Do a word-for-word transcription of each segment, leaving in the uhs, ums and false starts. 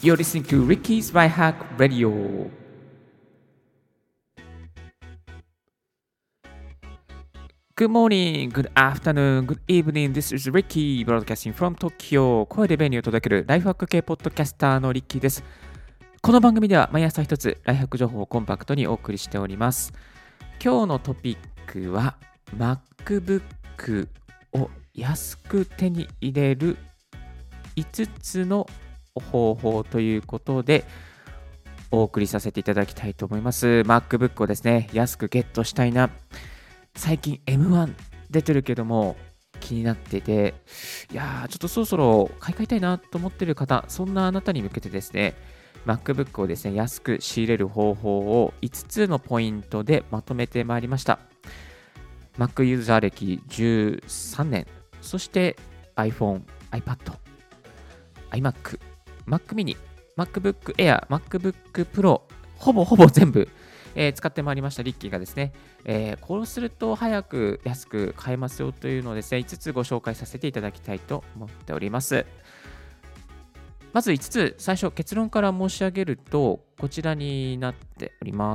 You're listening to Ricky's Right Hack Radio. Good morning, good afternoon, good evening. This is Ricky broadcasting from Tokyo. 声で便利を届けるライフハック系ポッドキャスターのリッキーです。この番組では毎朝一つライフハック情報をコンパクトにお送りしております。今日のトピックは MacBook を安く手に入れるいつつの方法ということでお送りさせていただきたいと思います。 MacBook をですね安くゲットしたいな、最近 エムワン 出てるけども気になってて、いやーちょっとそろそろ買い替えたいなと思ってる方、そんなあなたに向けてですね MacBook をですね安く仕入れる方法をいつつのポイントでまとめてまいりました。 Mac ユーザー歴じゅうさんねん、そして iPhone、iPad、iMac、Mac mini、MacBook Air、MacBook Pro、ほぼほぼ全部、えー、使ってまいりましたリッキーがですね、えー、こうすると早く安く買えますよというのをですねいつつご紹介させていただきたいと思っております。まずいつつ、最初結論から申し上げるとこちらになっております。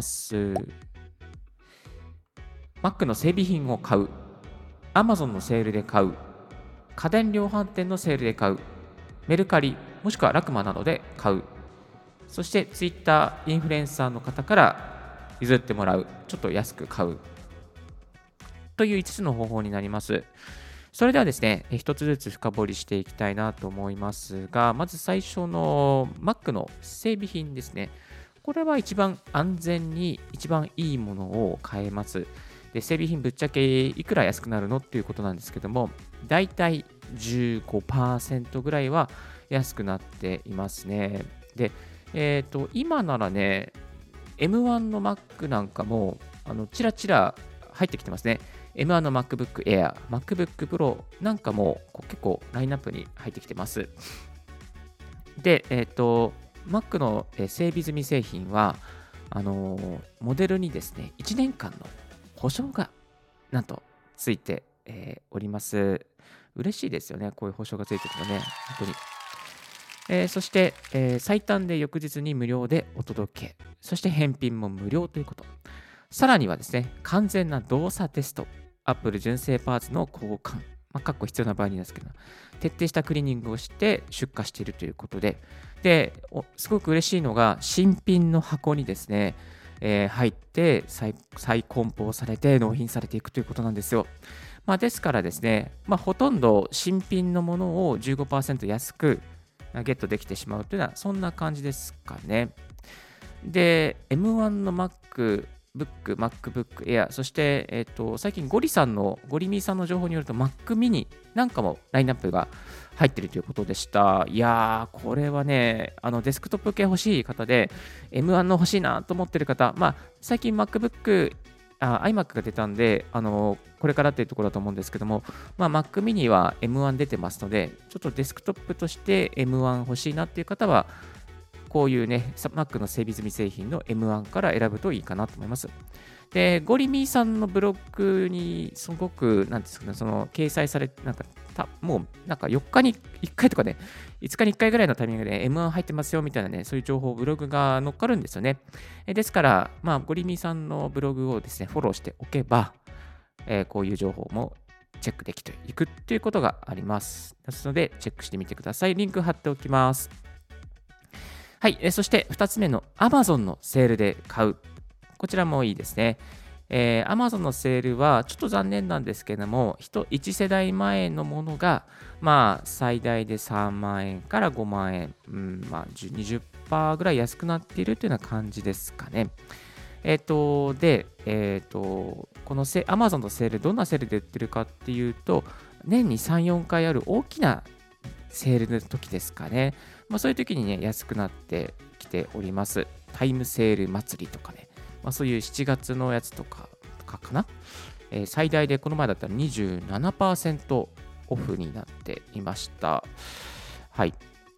Mac の整備品を買う、 Amazon のセールで買う、家電量販店のセールで買う、メルカリもしくはラクマなどで買う、そして Twitter インフルエンサーの方から譲ってもらう、ちょっと安く買うといういつつの方法になります。それではですね一つずつ深掘りしていきたいなと思いますが、まず最初の Mac の整備品ですね。これは一番安全に一番いいものを買えます。で整備品ぶっちゃけいくら安くなるのっていうことなんですけども、だいたい じゅうごパーセント ぐらいは安くなっていますね。で、えっと今ならね エムワン の Mac なんかもあのちらちら入ってきてますね。エムワン の MacBook Air、MacBook Pro なんかもこう結構ラインナップに入ってきてます。で、えっと Mac の整備済み製品はあのモデルにですねいちねんかんの保証がなんとついて、えー、おります。嬉しいですよね、こういう保証がついてるのね、本当に。えー、そして、えー、最短で翌日に無料でお届け、そして返品も無料ということ。さらにはですね、完全な動作テスト、Apple 純正パーツの交換、まあ、かっこ必要な場合にですけど、徹底したクリーニングをして出荷しているということで、で、すごく嬉しいのが、新品の箱にですね、えー、入って再、再梱包されて納品されていくということなんですよ。まあ、ですからですね、まあ、ほとんど新品のものを じゅうごパーセント 安くゲットできてしまうというのはそんな感じですかね。で、エムワン の MacBook、MacBook Air、そして、えーと、最近ゴリさんの、ゴリミーさんの情報によると Mac mini なんかもラインナップが入っているということでした。いやー、これはね、あのデスクトップ系欲しい方で エムワン の欲しいなと思ってる方、まあ、最近 MacBook、あ iMac が出たんで、あのこれからっていうところだと思うんですけども、まあ、Mac mini は エムワン 出てますので、ちょっとデスクトップとして エムワン 欲しいなっていう方は、こういうね、Mac の整備済み製品の エムワン から選ぶといいかなと思います。で、ゴリミーさんのブログにすごく、なんですかね、その掲載されて、なんか、たもうなんかよっかにいっかいとかね、いつかにいっかいぐらいのタイミングで エムワン 入ってますよみたいなね、そういう情報、ブログが載っかるんですよね。えですから、まあ、ゴリミーさんのブログをですね、フォローしておけば、えー、こういう情報もチェックできていくということがあります。ですので、チェックしてみてください。リンク貼っておきます。はい、えー、そしてふたつめの Amazon のセールで買う。こちらもいいですね。えー、Amazon のセールはちょっと残念なんですけども、いち世代前のものが、まあ、最大でさんまんえんからごまんえん、うんまあ、にじゅっパーセント ぐらい安くなっているというような感じですかね。えっ、ー、と、で、えっ、ー、と、このセ Amazon のセール、どんなセールで売ってるかっていうと、年にさん、よんかいある大きなセールの時ですかね。まあ、そういう時にね、安くなってきております。タイムセール祭りとかね。まあ、そういうしちがつのやつとかかかな、えー、最大でこの前だったら にじゅうななパーセント オフになっていました。はい。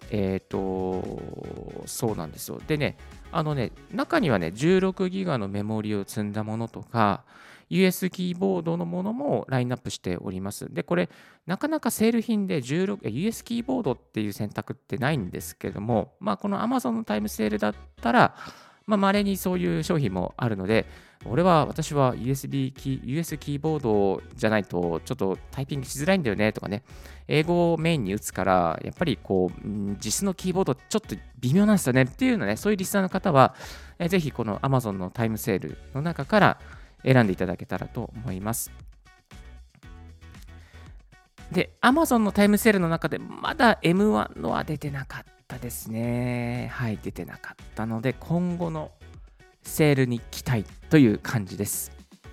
えっ、と、そうなんですよ。でね、あのね、中にはね、じゅうろくギガのメモリを積んだものとか、ユーエス キーボードのものもラインナップしております。で、これ、なかなかセール品でじゅうろく、え ユーエス キーボードっていう選択ってないんですけども、まあ、この Amazon のタイムセールだったら、まあ、稀にそういう商品もあるので、俺は、私は ユーエスビー キー、ユーエス キーボードじゃないと、ちょっとタイピングしづらいんだよねとかね、英語をメインに打つから、やっぱりこう、ん実のキーボードちょっと微妙なんですよねっていうようなね、そういうリスナーの方は、えぜひこの Amazon のタイムセールの中から選んでいただけたらと思います。で、Amazon のタイムセールの中でまだ エムワン のは出てなかったですね。はい、出てなかったので、今後のセールに期待という感じです。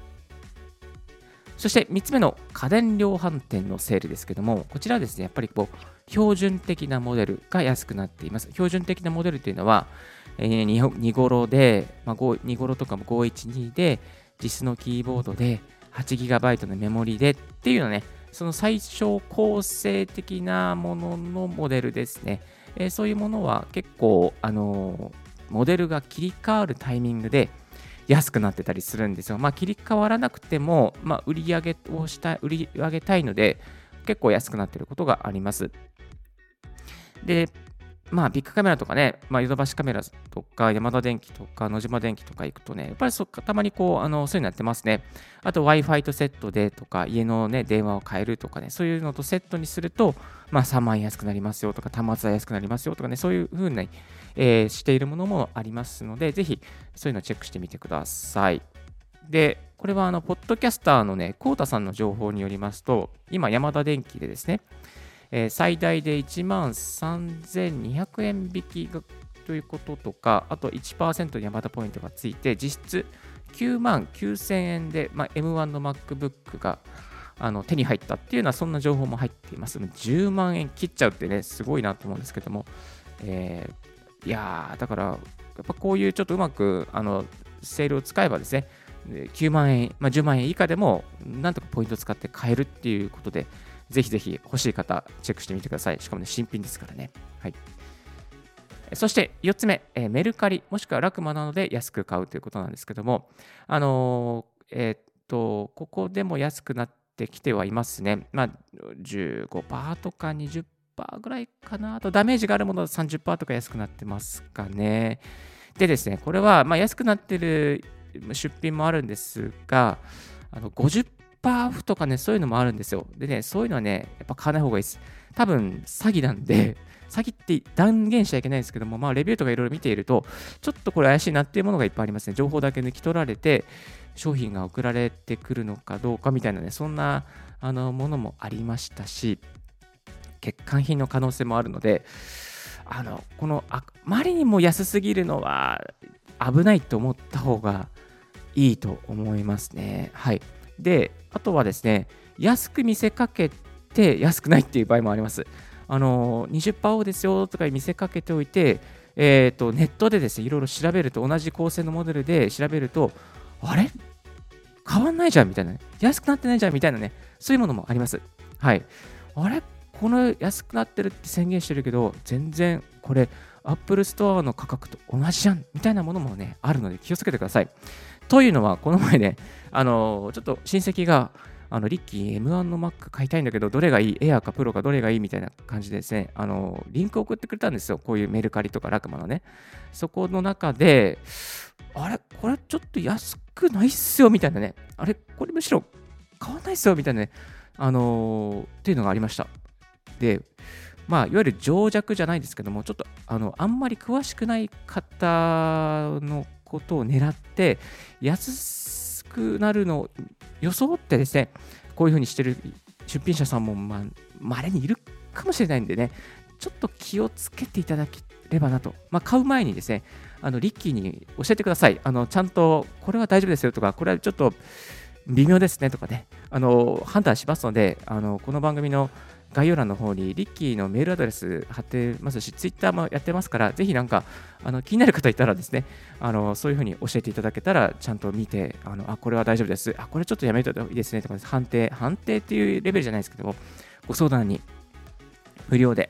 そしてみっつめの家電量販店のセールですけども、こちらはですね、やっぱりこう、標準的なモデルが安くなっています。標準的なモデルというのは、えー、に, に頃で、まあ、に頃とかもごひゃくじゅうにで、実のキーボードで はちギガバイト のメモリでっていうのね、その最小構成的なもののモデルですね。えーそういうものは結構、あのーモデルが切り替わるタイミングで安くなってたりするんですよ。まあ、切り替わらなくても、まあ、売り上げをしたい、売り上げたいので、結構安くなっていることがあります。で、まあ、ビッグカメラとかね、まあ、ヨドバシカメラとか、ヤマダ電機とか、野島電機とか行くとね、やっぱりそたまにこう、あのそういうのやってますね。あと、Wi-Fi とセットでとか、家のね、電話を変えるとかね、そういうのとセットにすると、まあ、さんまんえん安くなりますよとか、端末は安くなりますよとかね、そういうふうに、えーしているものもありますので、ぜひ、そういうのをチェックしてみてください。で、これは、あの、ポッドキャスターのね、コウタさんの情報によりますと、今、ヤマダ電機でですね、えー最大でいちまんさんぜんにひゃくえん引きがということとか、あといちパーセントヤマダポイントがついて、実質きゅうまんきゅうせんえんで、まあ、エムワン の MacBook があの手に入ったっていうような、そんな情報も入っています。じゅうまんえん切っちゃうってね、すごいなと思うんですけども、えーいやー、だから、やっぱこういうちょっとうまくあのセールを使えばですね、できゅうまんえん、まあ、じゅうまんえん以下でも、なんとかポイントを使って買えるっていうことで、ぜひぜひ欲しい方、チェックしてみてください。しかもね、新品ですからね。はい。そしてよっつめ、えーメルカリ、もしくはラクマなどで安く買うということなんですけども、あのーえーっと、ここでも安くなってきてはいますね。まあ、じゅうごパーセントとかにじゅっパーセントぐらいかな。あと、ダメージがあるものはさんじゅっパーセントとか安くなってますかね。でですね、これは、まあ、安くなってる出品もあるんですが、あのごじゅっパーセントオフとかね、そういうのもあるんですよ。でね、そういうのはね、やっぱ買わない方がいいです。多分、詐欺なんで、詐欺って断言しちゃいけないんですけども、まあ、レビューとかいろいろ見ていると、ちょっとこれ怪しいなっていうものがいっぱいありますね。情報だけ抜き取られて、商品が送られてくるのかどうかみたいなね、そんなあのものもありましたし、欠陥品の可能性もあるので、あのこのあまりにも安すぎるのは危ないと思った方がいいと思いますね。はい。で、あとはですね、安く見せかけて安くないっていう場合もあります。あのにじゅっパーセントオフですよとか見せかけておいて、えーと、ネットでですね、いろいろ調べると、同じ構成のモデルで調べると、あれ変わんないじゃんみたいなね、安くなってないじゃんみたいなね、そういうものもあります。はい。あれこの安くなってるって宣言してるけど、全然これ、Apple Store の価格と同じじゃんみたいなものもね、あるので気をつけてください。というのは、この前ね、あのちょっと親戚が、あのリッキー エムワン の Mac 買いたいんだけど、どれがいい、エアーかプロかどれがいいみたいな感じでですね、あのリンクを送ってくれたんですよ。こういうメルカリとかラクマのね。そこの中で、あれこれちょっと安くないっすよみたいなね。あれこれむしろ買わないっすよみたいなね。あのーっていうのがありました。で、まあ、いわゆる情弱じゃないですけども、ちょっとあのあんまり詳しくない方のことを狙って、安くなるのを装ってですね、こういうふうにしてる出品者さんもまあ稀にいるかもしれないんでね、ちょっと気をつけていただければなと。まあ、買う前にですね、あのリッキーに教えてください。あのちゃんとこれは大丈夫ですよとか、これはちょっと微妙ですねとかね、あの判断しますので、あのこの番組の概要欄の方にリッキーのメールアドレス貼ってますし、ツイッターもやってますから、ぜひなんかあの気になる方いたらですね、あのそういうふうに教えていただけたら、ちゃんと見て、あのあこれは大丈夫です、あこれちょっとやめといた方がいいですねとか、判定、判定っていうレベルじゃないですけども、ご相談に無料で、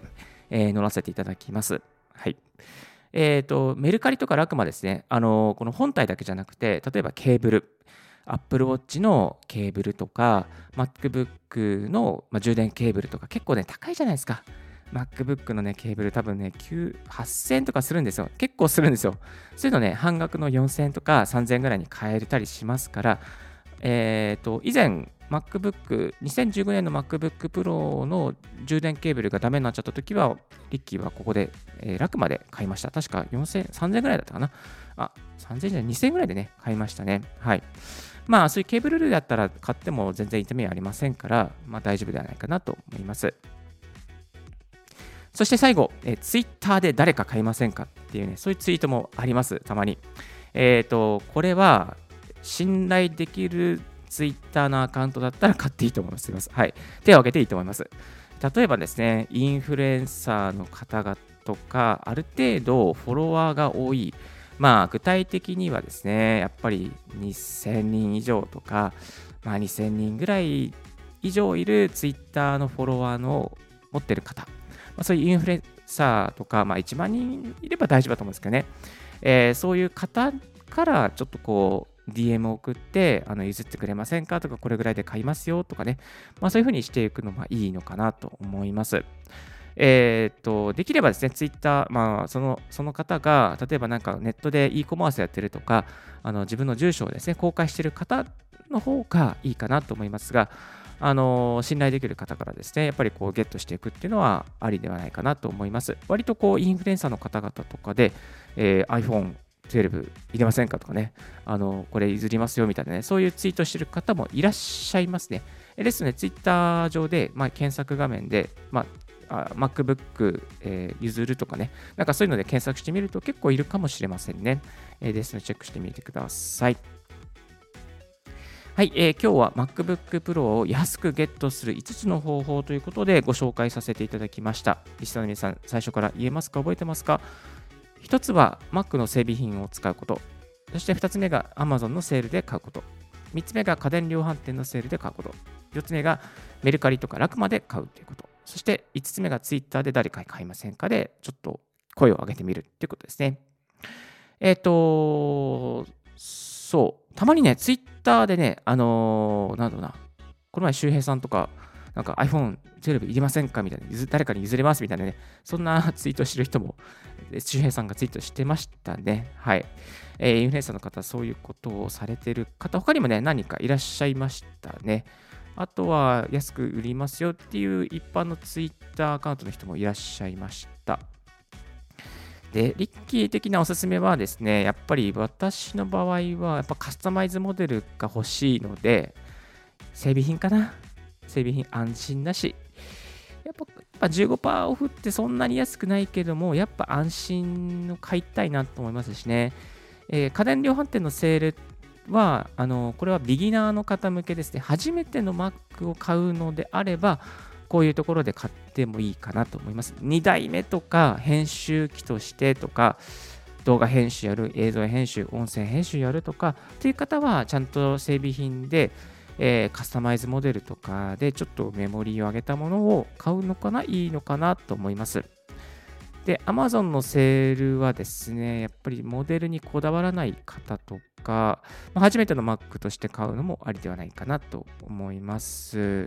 えー載らせていただきます。はい。えーと、メルカリとかラクマですね、あのこの本体だけじゃなくて、例えばケーブル、Apple Watch のケーブルとか、MacBook の、まあ、充電ケーブルとか、結構ね、高いじゃないですか。MacBook のね、ケーブル多分ね、きゅう、はっせんえんとかするんですよ。結構するんですよ。そういうのね、半額のよんせんえんとかさんぜんえんぐらいに買えたりしますから、えーと、以前、MacBook、にせんじゅうごねんの MacBook Pro の充電ケーブルがダメになっちゃった時は、リッキーはここで、えー、楽まで買いました。確かよんせん、さんぜんえんぐらいだったかな。あ、さんぜんえんじゃない、にせんえんぐらいでね、買いましたね。はい。まあ、そういうケーブル類だったら買っても全然痛みはありませんから、まあ大丈夫ではないかなと思います。そして最後、えー、Twitter で誰か買いませんかっていうね、そういうツイートもあります、たまに。えっ、と、これは、信頼できる Twitter のアカウントだったら買っていいと思います。はい。手を挙げていいと思います。例えばですね、インフルエンサーの方々とか、ある程度フォロワーが多い。まあ、具体的にはですね、やっぱりにせんにん以上とか、まあ、にせんにんぐらい以上いる Twitter のフォロワーの持ってる方、まあ、そういうインフルエンサーとか、まあ、いちまんにんいれば大丈夫だと思うんですけどね、えーそういう方からちょっとこう、ディーエム を送って、あの譲ってくれませんかとか、これぐらいで買いますよとかね、まあ、そういうふうにしていくのがいいのかなと思います。えーっと、できればですね、ツイッター、まあ、その、その方が、例えばなんかネットで e コマースやってるとか、あの自分の住所をですね、公開している方の方がいいかなと思いますが、あの信頼できる方からですね、やっぱりこうゲットしていくっていうのはありではないかなと思います。割とこうインフルエンサーの方々とかで、えー iPhone じゅうに入れませんかとかね、あのこれ譲りますよみたいなね、そういうツイートしてる方もいらっしゃいますね。えですので、ツイッター上で、まあ、検索画面で、まあ、あ MacBook、えー譲るとかね、なんかそういうので検索してみると結構いるかもしれませんね。えーですので、チェックしてみてください。はい、えー今日は MacBook Pro を安くゲットするいつつの方法ということでご紹介させていただきました。リスナーの皆さん、最初から言えますか、覚えてますか？ひとつは Mac の整備品を使うこと。そしてふたつめが Amazon のセールで買うこと。みっつめが家電量販店のセールで買うこと。よっつめがメルカリとかラクマで買うということ。そしていつつめが Twitter で誰か買いませんかでちょっと声を上げてみるということですね。えっ、と、そう、たまにね、ツイッターでね、あのーなんだろうな、この前、周平さんとか、なんか iPhone じゅうにいりませんかみたいな、譲誰かに譲れますみたいなね、そんなツイートしてる人も、え周平さんがツイートしてましたね。はい。えーインフルエンサーの方、そういうことをされてる方、他にもね、何人かいらっしゃいましたね。あとは、安く売りますよっていう一般のツイッターアカウントの人もいらっしゃいました。で、リッキー的なおすすめはですね、やっぱり私の場合は、やっぱカスタマイズモデルが欲しいので、整備品かな。整備品安心だし、やっぱやっぱじゅうごパーセントオフってそんなに安くないけども、やっぱ安心の買いたいなと思いますしね。えー家電量販店のセールは、あのこれはビギナーの方向けですね。初めての Mac を買うのであれば、こういうところで買ってもいいかなと思います。にだいめとか、編集機としてとか、動画編集やる、映像編集、音声編集やるとかっていう方は、ちゃんと整備品で、えーカスタマイズモデルとかでちょっとメモリーを上げたものを買うのかな、いいのかなと思います。で、Amazon のセールはですね、やっぱりモデルにこだわらない方とか、まあ初めての Mac として買うのもありではないかなと思います。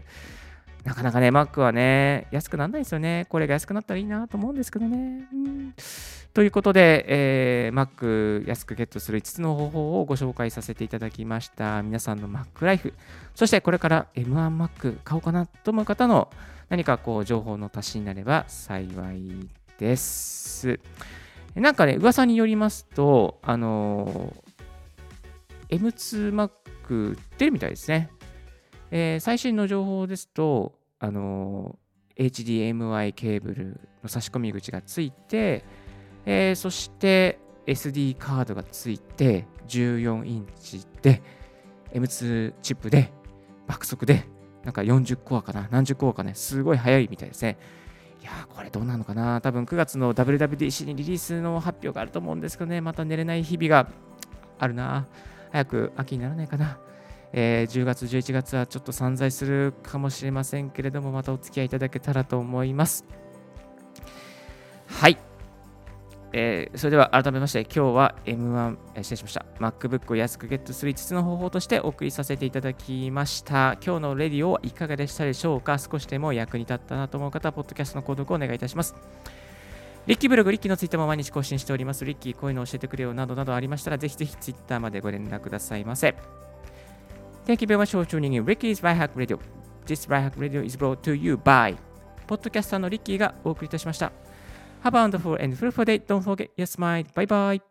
なかなかね、Mac はね、安くならないですよね。これが安くなったらいいなと思うんですけどね。うん、ということで、えー Mac 安くゲットするいつつの方法をご紹介させていただきました。皆さんの Mac ライフ、そしてこれから エムワン Mac 買おうかなと思う方の何かこう情報の足しになれば幸いです。なんかね、噂によりますと、あのー、エムツー Mac 出るみたいですね。えー最新の情報ですと、あのー エイチディーエムアイ ケーブルの差し込み口がついて、えーそして エスディー カードがついて、じゅうよんインチで、エムツー チップで、爆速で、なんかよんじゅっコアかな、何十コアかね、すごい速いみたいですね。いやー、これどうなのかな。多分くがつの ダブリューダブリューディーシー にリリースの発表があると思うんですけどね、また寝れない日々があるな。早く秋にならないかな。えーじゅうがつ、じゅういちがつはちょっと散財するかもしれませんけれども、またお付き合いいただけたらと思います。 はい。えー、それでは改めまして、今日は エムワン、えー、失礼しました。MacBook を安くゲットするいつつの方法としてお送りさせていただきました。今日のレディオはいかがでしたでしょうか。少しでも役に立ったなと思う方は、ポッドキャストの購読をお願いいたします。リッキーブログ、リッキーのツイッターも毎日更新しております。リッキー、こういうの教えてくれよなどなどありましたら、ぜひぜひツイッターまでご連絡くださいませ。Thank you very much for tuning in Ricky's Lifehack Radio。This Lifehack Radio is brought to you by ポッドキャスターのリッキーがお送りいたしました。Have a wonderful and fruitful day. Don't forget your smile. Bye bye.